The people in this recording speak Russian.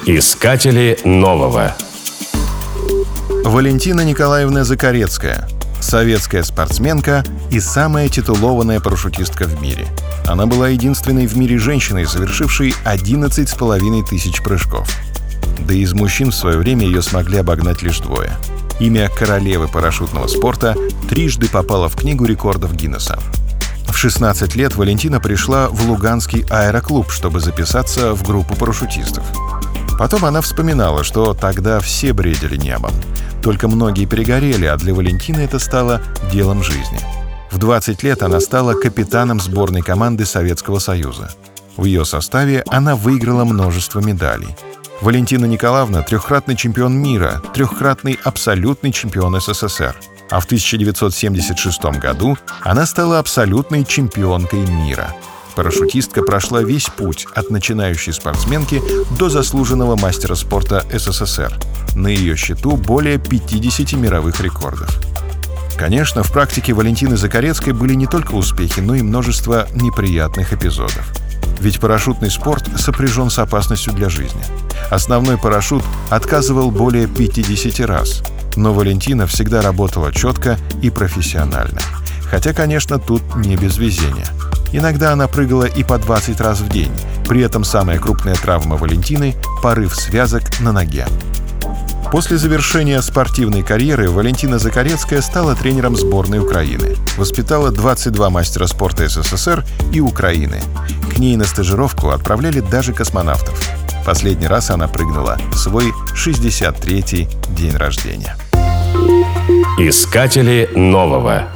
Искатели нового. Валентина Николаевна Закарецкая. Советская спортсменка и самая титулованная парашютистка в мире. Она была единственной в мире женщиной, совершившей 11,5 тысяч прыжков. Да и из мужчин в свое время ее смогли обогнать лишь двое. Имя королевы парашютного спорта трижды попало в книгу рекордов Гиннесса. В 16 лет Валентина пришла в Луганский аэроклуб, чтобы записаться в группу парашютистов. Потом она вспоминала, что тогда все бредили небом. Только многие перегорели, а для Валентины это стало делом жизни. В 20 лет она стала капитаном сборной команды Советского Союза. В ее составе она выиграла множество медалей. Валентина Николаевна — трехкратный чемпион мира, трехкратный абсолютный чемпион СССР. А в 1976 году она стала абсолютной чемпионкой мира. Парашютистка прошла весь путь от начинающей спортсменки до заслуженного мастера спорта СССР. На ее счету более 50 мировых рекордов. Конечно, в практике Валентины Закарецкой были не только успехи, но и множество неприятных эпизодов. Ведь парашютный спорт сопряжен с опасностью для жизни. Основной парашют отказывал более 50 раз. Но Валентина всегда работала четко и профессионально. Хотя, конечно, тут не без везения. Иногда она прыгала и по 20 раз в день. При этом самая крупная травма Валентины — порыв связок на ноге. После завершения спортивной карьеры Валентина Закарецкая стала тренером сборной Украины. Воспитала 22 мастера спорта СССР и Украины. К ней на стажировку отправляли даже космонавтов. Последний раз она прыгнула в свой 63-й день рождения. Искатели нового.